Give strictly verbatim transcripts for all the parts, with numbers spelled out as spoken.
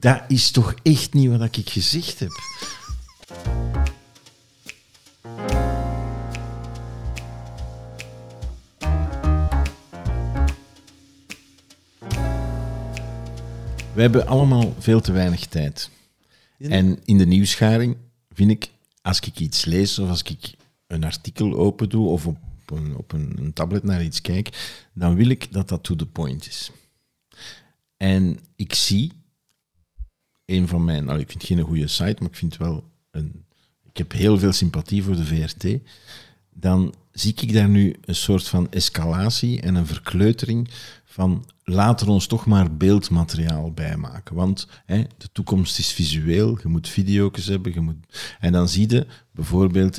Dat is toch echt niet wat ik gezegd heb. We hebben allemaal veel te weinig tijd. En in de nieuwsgaring vind ik, als ik iets lees of als ik een artikel open doe of op een, op een, een tablet naar iets kijk, dan wil ik dat dat to the point is. En ik zie een van mijn... Nou, ik vind het geen goede site, maar ik vind wel een... Ik heb heel veel sympathie voor de V R T. Dan zie ik daar nu een soort van escalatie en een verkleutering van laten we ons toch maar beeldmateriaal bijmaken. Want hè, de toekomst is visueel, je moet video's hebben. Je moet... En dan zie je bijvoorbeeld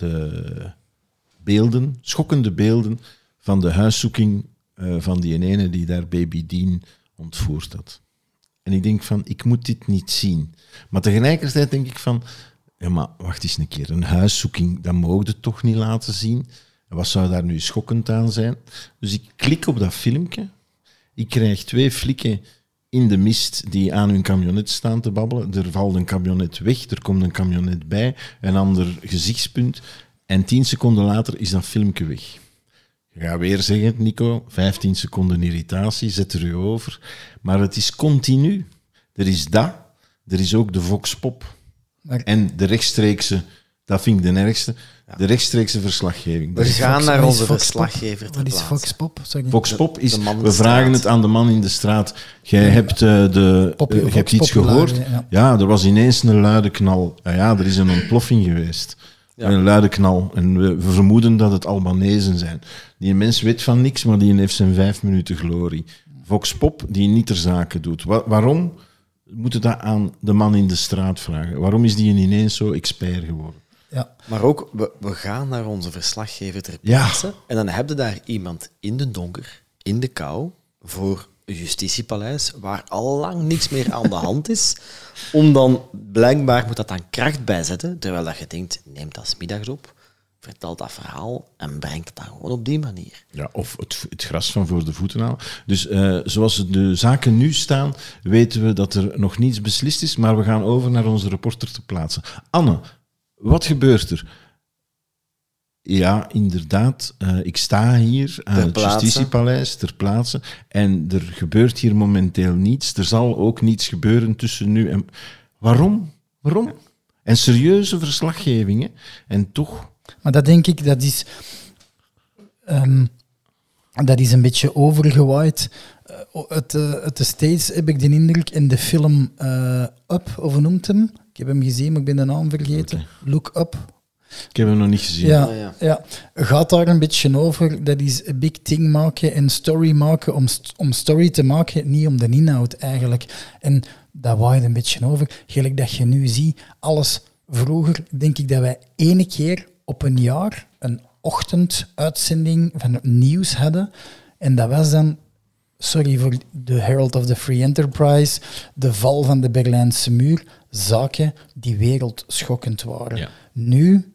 de beelden, schokkende beelden van de huiszoeking uh, van die ene die daar baby Dean ontvoerd had. En ik denk van, ik moet dit niet zien. Maar tegelijkertijd denk ik van, ja maar wacht eens een keer, een huiszoeking, dat mogen we toch niet laten zien. En wat zou daar nu schokkend aan zijn? Dus ik klik op dat filmpje. Ik krijg twee flikken in de mist die aan hun camionet staan te babbelen. Er valt een camionet weg, er komt een camionet bij, een ander gezichtspunt. En tien seconden later is dat filmpje weg. Je gaat weer zeggen, Nico, vijftien seconden irritatie, zet er u over. Maar het is continu. Er is dat, er is ook de voxpop. En de rechtstreekse, dat vind ik de ergste, de rechtstreekse verslaggeving. We gaan naar onze verslaggever te Wat is plaatsen. Voxpop? Sorry. Voxpop is, De man in we de vragen straat. het aan de man in de straat. Jij hebt, uh, de, Pop- uh, je hebt iets Vox-populaar, gehoord. ja. Ja, er was ineens een luide knal. Ah ja, er is een ontploffing geweest. Ja. Een luide knal. En we, we vermoeden dat het Albanezen zijn. Die mens weet van niks, maar die heeft zijn vijf minuten glorie. Voxpop, die niet ter zake doet. Wa- waarom moeten dat aan de man in de straat vragen? Waarom is die ineens zo expert geworden? Ja. Maar ook, we, we gaan naar onze verslaggever ter Ja. plaatse. En dan heb je daar iemand in de donker, in de kou, voor een justitiepaleis, waar al lang niks meer aan de hand is. Om dan, blijkbaar moet dat dan kracht bijzetten, terwijl dat je denkt, neem dat 's middags op, vertel dat verhaal en breng het dan gewoon op die manier. Ja, of het, het gras van voor de voeten halen. Dus uh, zoals de zaken nu staan, weten we dat er nog niets beslist is, maar we gaan over naar onze reporter te plaatsen. Anne, wat gebeurt er? Ja, inderdaad. Uh, ik sta hier aan Ter het plaatse. Justitiepaleis ter plaatse en er gebeurt hier momenteel niets. Er zal ook niets gebeuren tussen nu en... Waarom? Waarom? En serieuze verslaggevingen. En toch... Maar dat denk ik, dat is... Um, dat is een beetje overgewaaid. Uh, uit, uh, uit de States heb ik de indruk in de film uh, Up, of hoe noemt hem? Ik heb hem gezien, maar ik ben de naam vergeten. Okay. Look Up. Ik heb hem nog niet gezien. Ja, Ah, ja. ja, gaat daar een beetje over. Dat is een big thing maken en story maken om, st- om story te maken, niet om de inhoud eigenlijk. En dat waait een beetje over. Gelijk dat je nu ziet, alles vroeger, denk ik dat wij ene keer op een jaar een ochtenduitzending van het nieuws hadden. En dat was dan, sorry voor de Herald of the Free Enterprise, de val van de Berlijnse muur, zaken die wereldschokkend waren. Ja. Nu,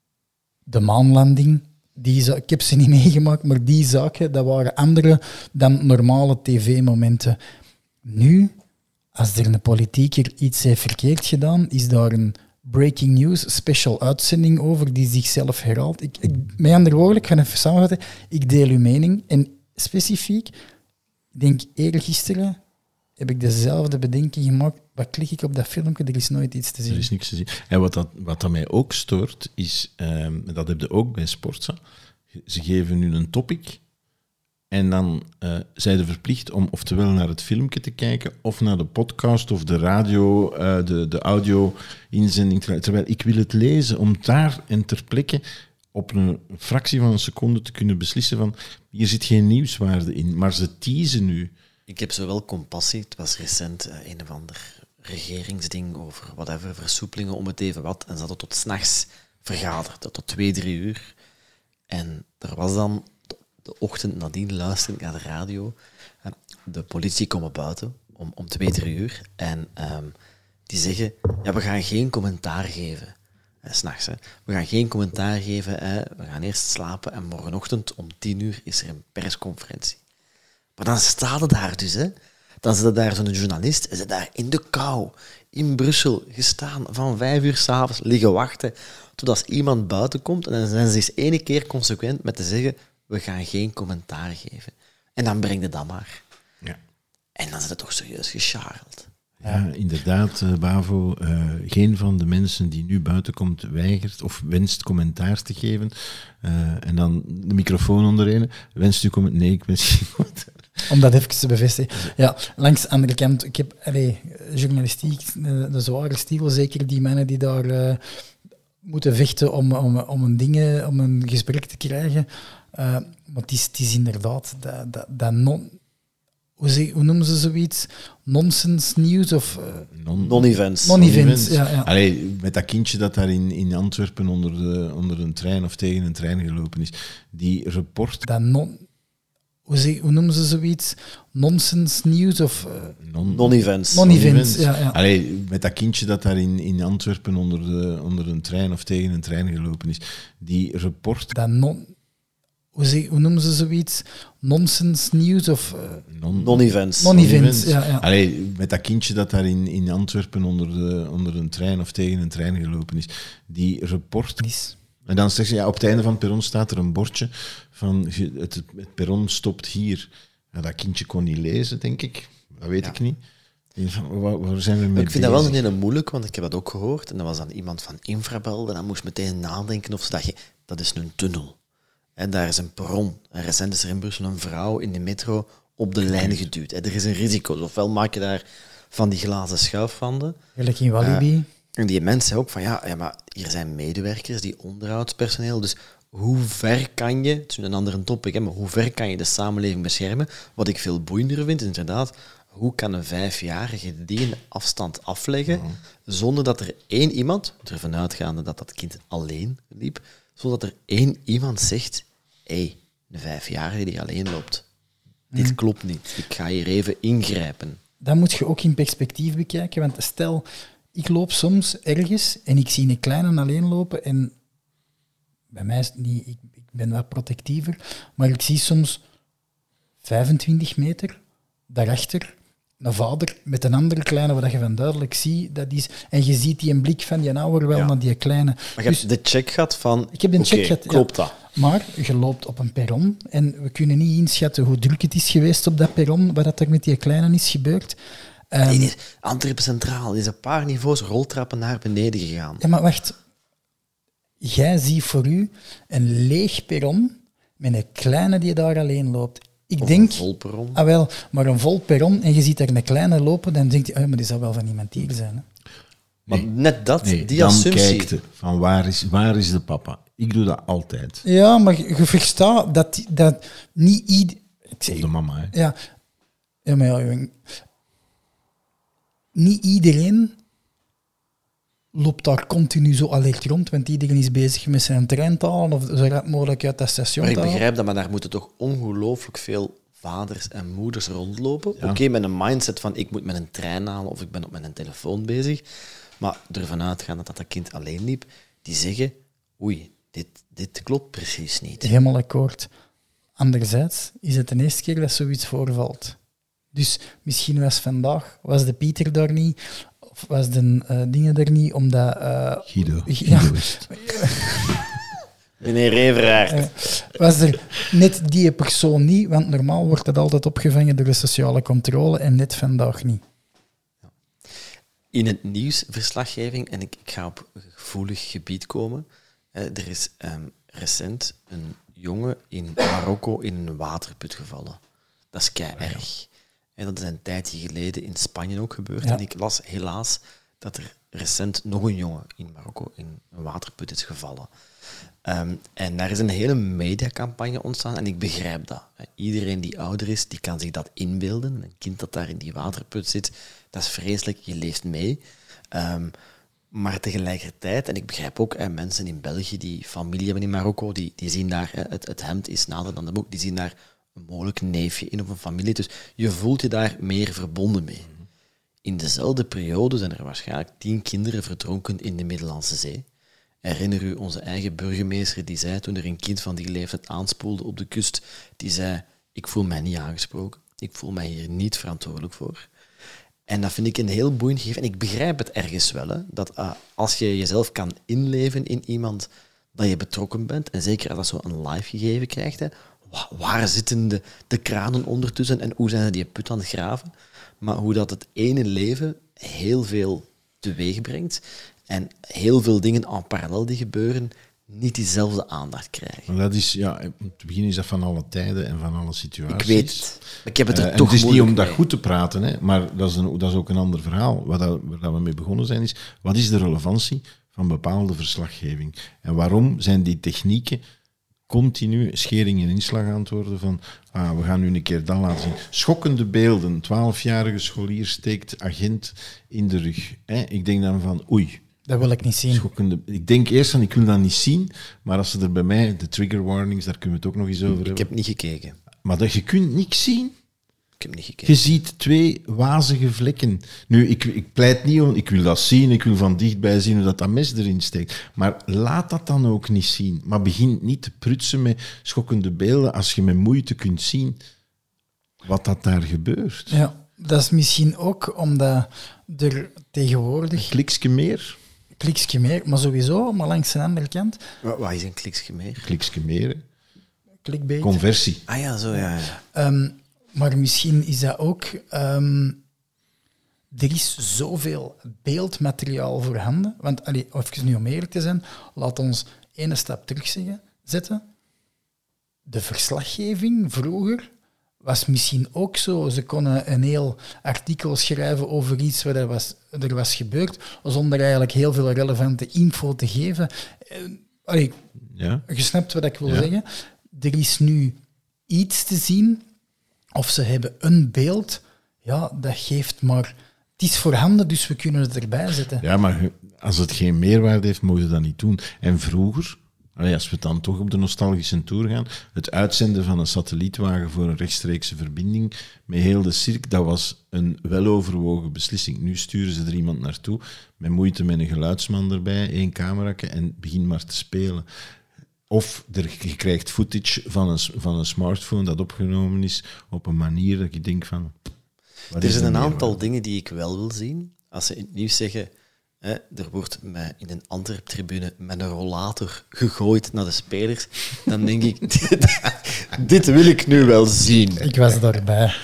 de maanlanding, die za- ik heb ze niet meegemaakt, maar die zaken, dat waren andere dan normale tv-momenten. Nu, als er een politieker iets heeft verkeerd gedaan, is daar een breaking news special uitzending over die zichzelf herhaalt. Ik, ik, met andere woorden, ik ga even samenvatten. Ik deel uw mening. En specifiek, ik denk eergisteren heb ik dezelfde bedenking gemaakt. Wat klik ik op dat filmpje? Er is nooit iets te zien. Er is niks te zien. En wat dat, wat dat mij ook stoort, is, um, dat heb je ook bij Sportza, ze geven nu een topic en dan uh, zijn ze verplicht om oftewel naar het filmpje te kijken of naar de podcast of de radio, uh, de, de audio-inzending. Terwijl ik wil het lezen om daar en ter plekke op een fractie van een seconde te kunnen beslissen van hier zit geen nieuwswaarde in, maar ze teasen nu. Ik heb zowel compassie, het was recent uh, een of ander regeringsding over whatever, versoepelingen om het even wat, en ze hadden tot 's nachts vergaderd, tot twee, drie uur. En er was dan de ochtend nadien luisteren naar de radio. De politie komen buiten om, om twee, drie uur en um, die zeggen, ja, we gaan geen commentaar geven. Eh, 's nachts, hè. We gaan geen commentaar geven, hè. We gaan eerst slapen en morgenochtend om tien uur is er een persconferentie. Maar dan staat het daar dus, hè. Dan zit daar zo'n journalist, en zit daar in de kou, in Brussel, gestaan van vijf uur s'avonds, liggen wachten, totdat als iemand buiten komt, en dan zijn ze eens ene keer consequent met te zeggen, we gaan geen commentaar geven. En dan breng je dat maar. Ja. En dan is het toch serieus gescharreld. Ja, inderdaad, uh, Bavo. Uh, geen van de mensen die nu buiten komt weigert of wenst commentaar te geven. Uh, en dan de microfoon onderin. Wenst u commentaar? Nee, ik wens geen commentaar. Om dat even te bevestigen. Ja, langs de andere kant, ik heb allee, journalistiek, de, de zware stiel, zeker die mannen die daar uh, moeten vechten om, om, om, een dingen, om een gesprek te krijgen. Uh, maar het is, het is inderdaad dat, dat, dat non... Hoe, zeg, hoe noemen ze zoiets? Nonsens nieuws of... Uh, non, non-events. Non-events, ja. ja. Allee, met dat kindje dat daar in, in Antwerpen onder, de, onder een trein of tegen een trein gelopen is. Die rapport... Dat non... Hoe, zeg, hoe noemen ze zoiets? Nonsens nieuws of... Uh, non, non-events. Non-events, ja. ja. Allee, met dat kindje dat daar in, in Antwerpen onder, de, onder een trein of tegen een trein gelopen is. Die rapport... Dat non... Hoe, zeg, hoe noemen ze zoiets? Nonsens nieuws of... Uh, non, non-events. Non-events, ja. ja. Allee, met dat kindje dat daar in, in Antwerpen onder, de, onder een trein of tegen een trein gelopen is. Die rapport... Is. En dan zeg je, ja, op het einde van het perron staat er een bordje van het, het perron stopt hier. Ja, dat kindje kon niet lezen, denk ik. Dat weet ja. ik niet. Waar, waar zijn we mee Ik vind bezig? dat wel een hele moeilijk, want ik heb dat ook gehoord. En dat was dan iemand van Infrabel. En dan moest meteen nadenken of ze dat... Ge- dat is een tunnel. En daar is een perron. En recent is er in Brussel een vrouw in de metro op de lijn geduwd. En er is een risico. Ofwel maak je daar van die glazen schuifwanden. Gelijk in Walibi. Uh, en die mensen zeggen ook van, ja, ja, maar hier zijn medewerkers, die onderhoudspersoneel. Dus hoe ver kan je, het is een andere topic, hè, maar hoe ver kan je de samenleving beschermen? Wat ik veel boeiender vind, is inderdaad, hoe kan een vijfjarige die een afstand afleggen, oh. zonder dat er één iemand, ervan uitgaande dat dat kind alleen liep, zodat er één iemand zegt, hé, hey, een vijfjarige die alleen loopt. Dit hmm. klopt niet. Ik ga hier even ingrijpen. Dat moet je ook in perspectief bekijken, want stel, ik loop soms ergens en ik zie een kleine alleen lopen en bij mij is het niet, ik, ik ben wat protectiever, maar ik zie soms vijfentwintig meter daarachter een vader met een andere kleine, wat je van duidelijk ziet, dat is, en je ziet die een blik van die ouder wel ja. naar die kleine. Maar je dus, hebt de check gehad van... Ik heb een check gehad, klopt ja. dat? Maar je loopt op een perron en we kunnen niet inschatten hoe druk het is geweest op dat perron, wat er met die kleine is gebeurd. Um, nee, nee, Antwerpen Centraal is een paar niveaus roltrappen naar beneden gegaan. Ja, maar wacht. Jij ziet voor u een leeg perron met een kleine die daar alleen loopt. Ik of denk, een vol perron. Ah, wel, maar een vol perron en je ziet daar een kleine lopen, dan denk je, oh, maar die zal wel van iemand hier zijn. Hè? Maar nee, net dat, nee, die dan assumptie. Dan kijkt van waar is, waar is de papa? Ik doe dat altijd. Ja, maar je verstaat dat, dat niet iedereen... Of de mama, hè. Ja, ja maar ja, niet iedereen loopt daar continu zo alert rond, want iedereen is bezig met zijn trein te halen of zo rap mogelijk uit dat station maar te ik halen. begrijp dat, maar daar moeten toch ongelooflijk veel vaders en moeders rondlopen. Ja. Oké, okay, met een mindset van ik moet met een trein halen of ik ben op mijn telefoon bezig, maar ervan uitgaan dat dat, dat kind alleen liep, die zeggen, oei, dit, dit klopt precies niet. Helemaal akkoord. Anderzijds is het de eerste keer dat zoiets voorvalt. Dus misschien was vandaag, was de Pieter daar niet, of was de uh, dingen er niet, omdat... Uh, Guido. Guido ja, Meneer Reveraert. Uh, was er net die persoon niet, want normaal wordt dat altijd opgevangen door de sociale controle en net vandaag niet. In het nieuwsverslaggeving, en ik, ik ga op gevoelig gebied komen, uh, er is um, recent een jongen in Marokko in een waterput gevallen. Dat is kei erg. En dat is een tijdje geleden in Spanje ook gebeurd. Ja. En ik las helaas dat er recent nog een jongen in Marokko in een waterput is gevallen. Um, en daar is een hele mediacampagne ontstaan en ik begrijp dat. Iedereen die ouder is, die kan zich dat inbeelden. Een kind dat daar in die waterput zit, dat is vreselijk, je leeft mee. Um, maar tegelijkertijd, en ik begrijp ook hè, mensen in België die familie hebben in Marokko, die, die zien daar, hè, het, het hemd is nader dan de boek, die zien daar een mogelijk neefje in of een familie. Dus je voelt je daar meer verbonden mee. In dezelfde periode zijn er waarschijnlijk tien kinderen verdronken in de Middellandse Zee. Herinner u onze eigen burgemeester die zei, toen er een kind van die leeftijd aanspoelde op de kust, die zei, ik voel mij niet aangesproken. Ik voel mij hier niet verantwoordelijk voor. En dat vind ik een heel boeiend gegeven. En ik begrijp het ergens wel, hè, dat uh, als je jezelf kan inleven in iemand, dat je betrokken bent. En zeker als dat zo een live gegeven krijgt. Hè, waar, waar zitten de, de kranen ondertussen en hoe zijn ze die put aan het graven? Maar hoe dat het ene leven heel veel teweeg brengt en heel veel dingen aan parallel die gebeuren, niet diezelfde aandacht krijgen. Maar dat is, ja, om te beginnen is dat van alle tijden en van alle situaties. Ik weet het. Ik heb het er Uh, toch het is niet om dat mee. goed te praten, hè, maar dat is, een, dat is ook een ander verhaal. Waar, dat, waar dat we mee begonnen zijn, is wat is de relevantie van bepaalde verslaggeving? En waarom zijn die technieken continu schering en inslag aan het worden van ah, we gaan nu een keer dat laten zien. Schokkende beelden. twaalfjarige scholier steekt agent in de rug. Hè? Ik denk dan van oei. Dat wil ik niet zien. Schokkende. Ik denk eerst van, ik wil dat niet zien, maar als ze er bij mij, de trigger warnings, daar kunnen we het ook nog eens over Ik hebben. heb niet gekeken. Maar dat, je kunt niks zien. Ik heb niet gekeken. Je ziet twee wazige vlekken. Nu, ik, ik pleit niet om, ik wil dat zien, ik wil van dichtbij zien hoe dat, dat mes erin steekt. Maar laat dat dan ook niet zien. Maar begin niet te prutsen met schokkende beelden als je met moeite kunt zien wat dat daar gebeurt. Ja, dat is misschien ook omdat er tegenwoordig... Kliksje meer, Kliksje meer, maar sowieso, maar langs de andere kant... Wat, wat is een kliksje meer? kliksje meer. Hè. Clickbait. Conversie. Ah ja, zo ja. ja. Um, maar misschien is dat ook... Um, er is zoveel beeldmateriaal voorhanden. Want, allee, even nu om eerlijk te zijn, laat ons één stap terug zeggen, zetten. De verslaggeving vroeger was misschien ook zo. Ze konden een heel artikel schrijven over iets wat er was, er was gebeurd, zonder eigenlijk heel veel relevante info te geven. Uh, allee, Ja. je snapt wat ik wil Ja. zeggen. Er is nu iets te zien, of ze hebben een beeld, ja, dat geeft maar... Het is voorhanden, dus we kunnen het erbij zetten. Ja, maar je- als het geen meerwaarde heeft, mogen je dat niet doen. En vroeger, allee, als we dan toch op de nostalgische tour gaan, het uitzenden van een satellietwagen voor een rechtstreekse verbinding met heel de cirk, dat was een weloverwogen beslissing. Nu sturen ze er iemand naartoe, met moeite met een geluidsman erbij, één camerake, en begin maar te spelen. Of er, je krijgt footage van een, van een smartphone dat opgenomen is op een manier dat je denkt van... wat Er is zijn de een meerwaarde? aantal dingen die ik wel wil zien. Als ze in het nieuws zeggen, hè, er wordt met, in een Antwerp-tribune met een rollator gegooid naar de spelers, dan denk ik, dit, dit wil ik nu wel zien. Ik was daarbij.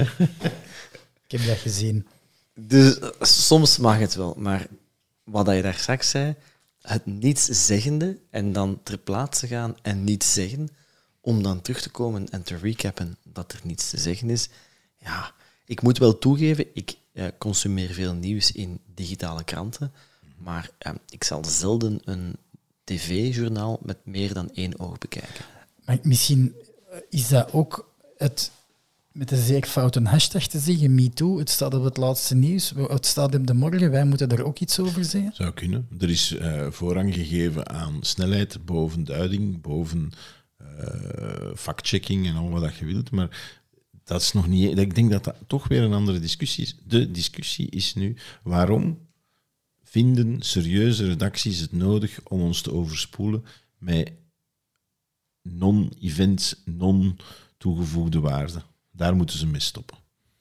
Ik heb dat gezien. Dus eh, soms mag het wel, maar wat je daar straks zei, het niets zeggende en dan ter plaatse gaan en niets zeggen, om dan terug te komen en te recappen dat er niets te zeggen is. Ja, ik moet wel toegeven, ik eh, consumeer veel nieuws in digitale kranten, maar eh, ik zal zelden een tv-journaal met meer dan één oog bekijken. Maar misschien is dat ook het, met een zeer foute hashtag te zeggen, MeToo, het staat op het laatste nieuws, het staat op de morgen, wij moeten daar ook iets over zeggen. Zou kunnen. Er is eh, voorrang gegeven aan snelheid, boven duiding, boven uh, fact-checking en al wat dat je wilt. Maar dat is nog niet... Ik denk dat dat toch weer een andere discussie is. De discussie is nu, waarom vinden serieuze redacties het nodig om ons te overspoelen met non-events, non-toegevoegde waarde? Daar moeten ze mee stoppen.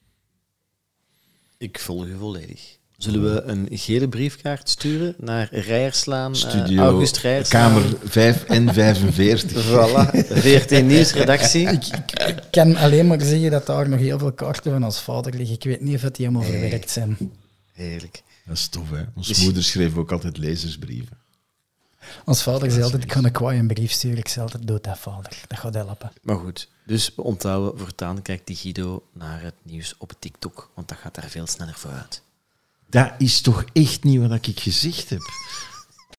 Ik volg u volledig. Zullen we een gele briefkaart sturen naar Rijerslaan, uh, Studio, August Rijerslaan? Kamer vijf en vijfenveertig. Voilà, V R T Nieuwsredactie. Ik, ik, ik kan alleen maar zeggen dat daar nog heel veel kaarten van als vader liggen. Ik weet niet of die helemaal verwerkt zijn. Heerlijk. Dat is tof, hè? Onze Dus- moeder schreef ook altijd lezersbrieven. Als vader zei altijd, ik ga een kwaai een brief sturen. Ik zei altijd, doe dat, vader. Dat gaat helpen. Maar goed, dus we onthouden, voortaan kijkt die Guido naar het nieuws op TikTok, want dat gaat daar veel sneller vooruit. Dat is toch echt niet wat ik gezegd heb.